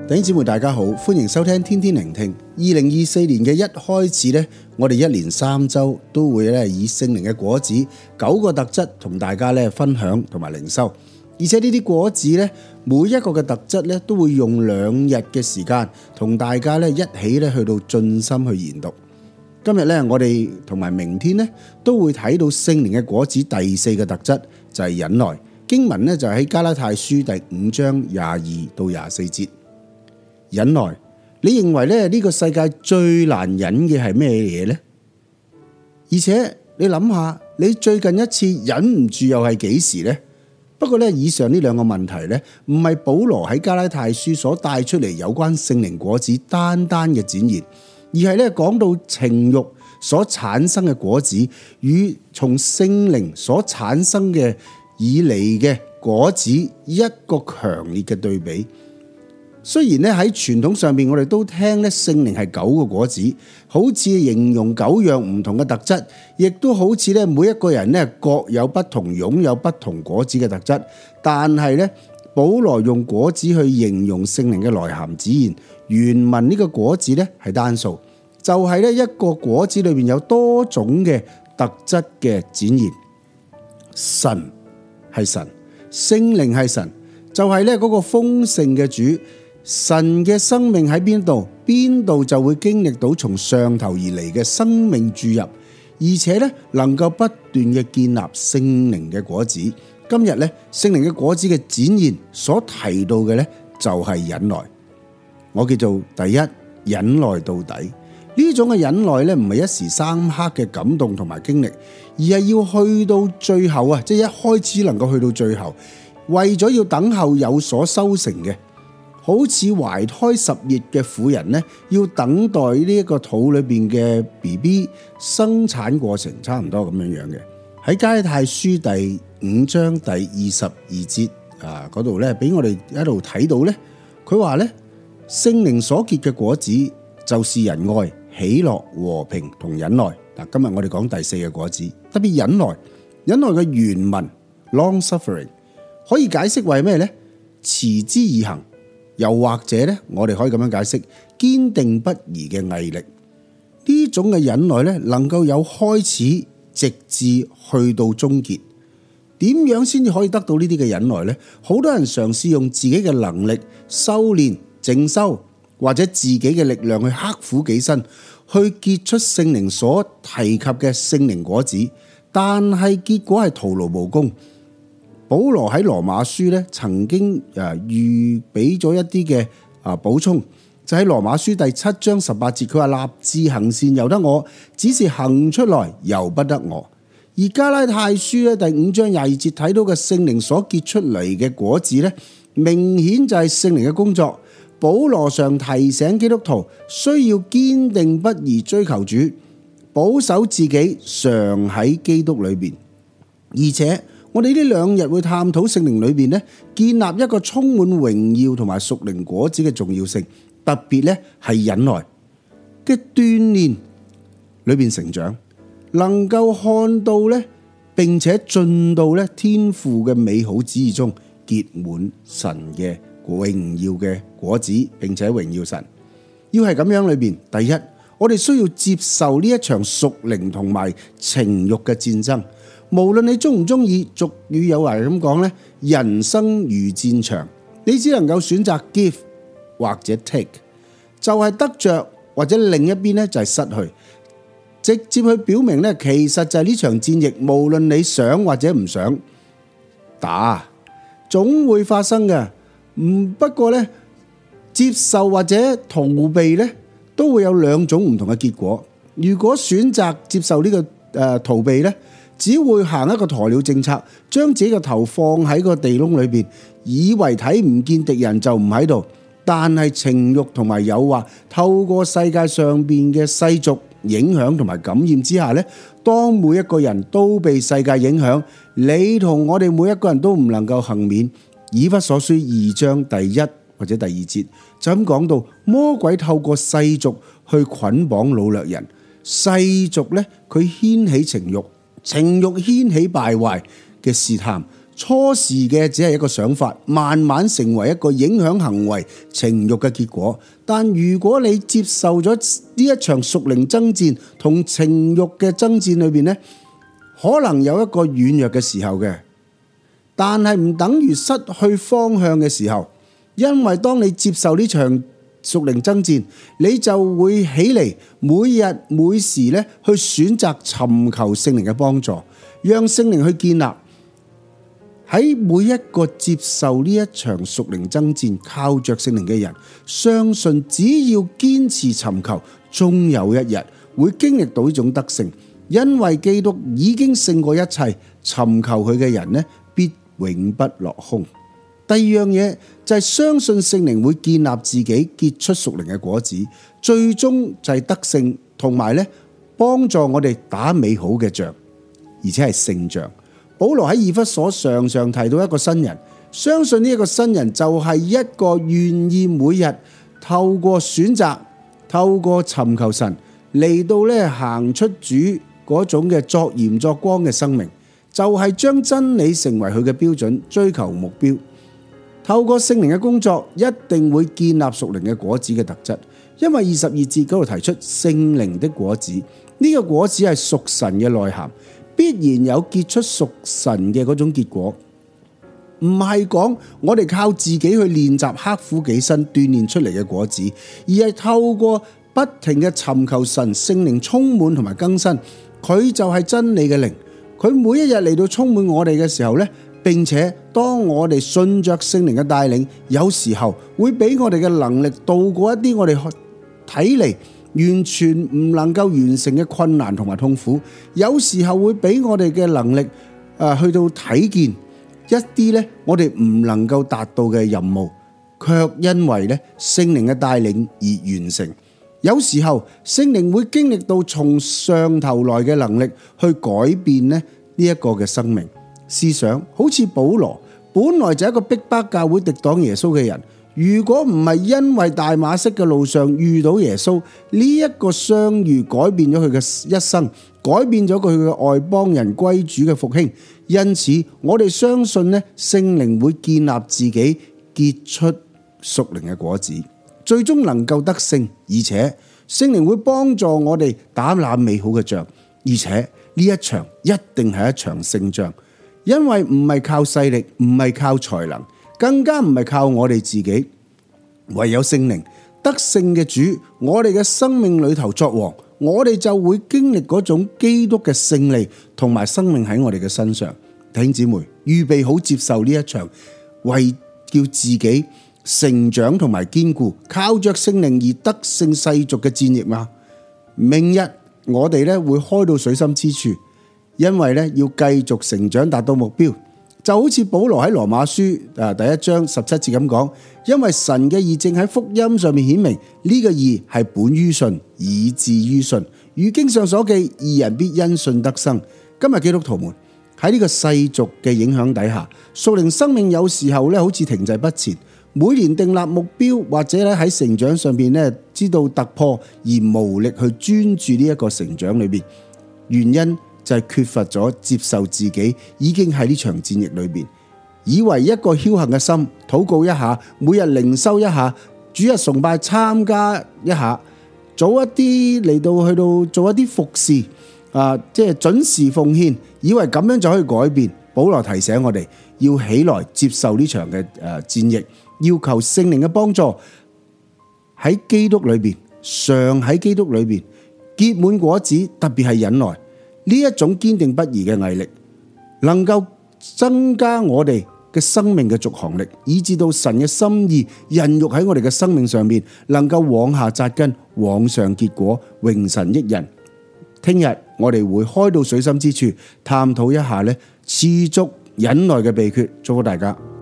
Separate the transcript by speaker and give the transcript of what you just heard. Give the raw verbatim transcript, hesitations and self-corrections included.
Speaker 1: 弟兄姊妹大家好，歡迎收聽天天聆聽。二零二四年嘅一開始呢，我哋一連三周都會咧以聖靈嘅果子九個特質同大家咧分享同埋靈修，而且呢啲果子呢，每一個嘅特質咧都會用兩日嘅時間同大家咧一起咧去到盡心去研讀。今日咧我哋同埋明天呢都會睇到聖靈嘅果子第四個特質就係忍耐。經文呢就喺加拉太書第五章廿二到廿四節。忍耐，你認為咧呢個世界最難忍嘅係咩嘢呢？而且你諗下，你最近一次忍唔住又係幾時呢？不過咧，以上呢兩個問題咧，唔係保羅喺加拉太書所帶出嚟有關聖靈果子單單嘅展現，而係咧講到情慾所產生嘅果子與從聖靈所產生嘅以嚟嘅果子一個強烈嘅對比。雖然咧喺傳統上邊，我哋都聽咧聖靈係九個果子，好似形容九樣唔同嘅特質，亦都好似咧每一個人咧各有不同，擁有不同果子嘅特質。但係咧，保羅用果子去形容聖靈嘅內涵展現，原文呢個果子咧係單數，就係咧一個果子裏邊有多種嘅特質嘅展現。神係神，聖靈係神，就係咧嗰個豐盛嘅主。神嘅生命喺邊度，邊度就會經歷到從上頭而嚟嘅生命注入，而且咧能夠不斷嘅建立聖靈嘅果子。今日咧聖靈嘅果子嘅展現所提到嘅咧就係忍耐。我叫做第一，忍耐到底。呢種嘅忍耐咧唔係一時三刻嘅感動同埋經歷，而係要去到最後啊，即係一開始能夠去到最後，為咗要等候有所收成嘅。好似懷胎十月嘅婦人呢，要等待呢一個肚裏邊嘅 B B 生產過程差唔多咁樣樣嘅。喺加拉太書第五章第二十二節啊嗰度咧，俾我哋一路睇到咧，佢話咧聖靈所結嘅果子就是仁愛、喜樂、和平同忍耐。嗱，今日我哋講第四個果子，特別忍耐。忍耐嘅原文 long suffering 可以解釋為咩咧？持之以恆。又或者咧，我哋可以咁樣解釋，堅定不移嘅毅力。呢種嘅忍耐咧，能夠有開始，直至去到終結。點樣先至可以得到呢啲嘅忍耐呢？好多人嘗試用自己嘅能力、修煉、靜修或者自己嘅力量去刻苦己身，去結出聖靈所提及嘅聖靈果子，但係結果係徒勞無功。保羅喺羅馬書咧，曾經誒預俾咗一啲嘅啊補充，就喺羅馬書第七章十八節，佢話立志行善由得我，只是行出來由不得我。而加拉太書咧第五章廿二節睇到嘅聖靈所結出嚟嘅果子咧，明顯就係聖靈嘅工作。保羅常提醒基督徒需要堅定不移追求主，保守自己常喺基督裏邊，而且。我哋呢兩日會探討聖靈裏邊咧，建立一個充滿榮耀同埋屬靈果子嘅重要性，特別咧係忍耐嘅鍛煉裏邊成長，能夠看到咧，並且進到咧天父嘅美好旨意中，結滿神嘅榮耀嘅果子，並且榮耀神。要係咁樣裏邊，第一，我哋需要接受呢一場屬靈同埋情慾嘅戰爭。無論你中唔中意，俗語有話咁講咧，人生如戰場，你只能夠選擇 give 或者 take， 就係得着或者另一邊咧就係失去，直接去表明咧，其實就係呢場戰役，無論你想或者唔想打，總會發生嘅。唔不過咧，接受或者逃避咧，都會有兩種唔同嘅結果。如果選擇接受呢個誒逃避咧，只會行一個鴕鳥政策，將自己個頭放喺個地窿裏邊，以為睇唔見敵人就唔喺度。但係情慾同埋誘惑，透過世界上邊嘅世俗影響同埋感染之下呢，當每一個人都被世界影響，你同我哋每一個人都唔能夠幸免。以弗所書二章第一或者第二節就咁講到，魔鬼透過世俗去捆綁擄掠人，世俗呢，佢掀起情慾。情慾掀起敗壞嘅試探， 初時嘅只係一個想法，慢慢成為一個影響行為、情慾嘅結果。但如果你接受咗呢一場屬靈爭戰同情慾嘅爭戰裏邊呢，可能有一個軟弱嘅時候嘅，但係唔等於失去方向嘅時候。因為當你接受呢場屬靈爭戰，你就會起嚟，每日每時咧去選擇尋求聖靈嘅幫助，讓聖靈去建立。喺每一個接受呢一場屬靈爭戰，靠着聖靈嘅人，相信只要堅持尋求，終有一日會經歷到呢種得勝，因為基督已經勝過一切，尋求佢嘅人呢，必永不落空。第二樣嘢就係相信聖靈會建立自己，結出屬靈嘅果子，最終就係得勝，同埋咧幫助我哋打美好嘅仗，而且係勝仗。保羅喺以弗所常常提到一個新人，相信呢一個新人就係一個願意每日透過選擇、透過尋求神嚟到咧行出主嗰種嘅作鹽作光嘅生命，就係將真理成為佢嘅標準，追求目標。透過聖靈嘅工作，一定會建立屬靈嘅果子嘅特質。因為二十二節嗰度提出聖靈的果子，呢個果子係屬神嘅內涵，必然有結出屬神嘅嗰種結果，唔係講我哋靠自己去練習刻苦己身鍛煉出嚟嘅果子，而係透過不停嘅尋求神聖靈充滿同埋更新，佢就係真理嘅靈，佢每一日嚟到充滿我哋嘅時候呢，並且當我哋順着聖靈嘅帶領，有時候會俾我哋嘅能力度過一啲我哋睇嚟完全唔能夠完成嘅困難同埋痛苦，有時候會俾我哋嘅能力誒、呃、去到睇見一啲咧我哋唔能夠達到嘅任務，卻因為咧聖靈嘅帶領而完成。有時候聖靈會經歷到從上頭來嘅能力去改變咧呢一個嘅生命。思想好似保羅，本來就係一個逼迫教會敵擋耶穌嘅人，如果唔係因為大馬色嘅路上遇到耶穌，呢一個相遇改變咗佢嘅一生，改變咗佢嘅外邦人歸主嘅復興。因此我哋相信呢，聖靈會建立自己，結出屬靈嘅果子，最終能夠得勝，而且聖靈會幫助我哋打那美好嘅仗，而且呢一場一定係一場勝仗。因為唔係靠勢力，唔係靠才能，更加唔係靠我哋自己，唯有聖靈得勝嘅主，我哋嘅生命裏頭作王，我哋就會經歷嗰種基督嘅勝利同埋生命喺我哋嘅身上。弟兄姊妹，預備好接受呢一場為叫自己成長同埋堅固，靠着聖靈而得勝世俗嘅戰役嗎？明日我哋咧會開到水深之處。因為咧要繼續成長，達到目標，就好似保羅喺羅馬書啊第一章十七節咁講，因為神嘅義正喺福音上面顯明，呢、這個義係本於信，以致於信。如經上所記，義人必因信得生。今日基督徒們喺呢個世俗嘅影響底下，屬靈生命有時候咧好似停滯不前，每年訂立目標或者咧喺成長上邊咧知道突破而無力去專注呢一個成長裏邊，原因就係缺乏咗接受自己已經喺呢場戰役裏邊，以為一個僥倖嘅心禱告一下，每日靈修一下，主日崇拜參加一下，早一啲嚟到去到做一啲服侍啊，即係準時奉獻，以為咁樣就可以改變。保羅提醒我哋要起來接受呢場嘅誒戰役，要求聖靈嘅幫助，喺基督裏邊，常喺基督裏邊結滿果子，特別係忍耐。呢一種堅定不移嘅毅力，能夠增加我哋嘅生命嘅續航力，以至到神嘅心意孕育喺我哋嘅生命上面，能夠往下扎根，往上結果，榮神益人。聽日我哋會開到水深之處，探討一下咧持續忍耐嘅秘訣。祝福大家。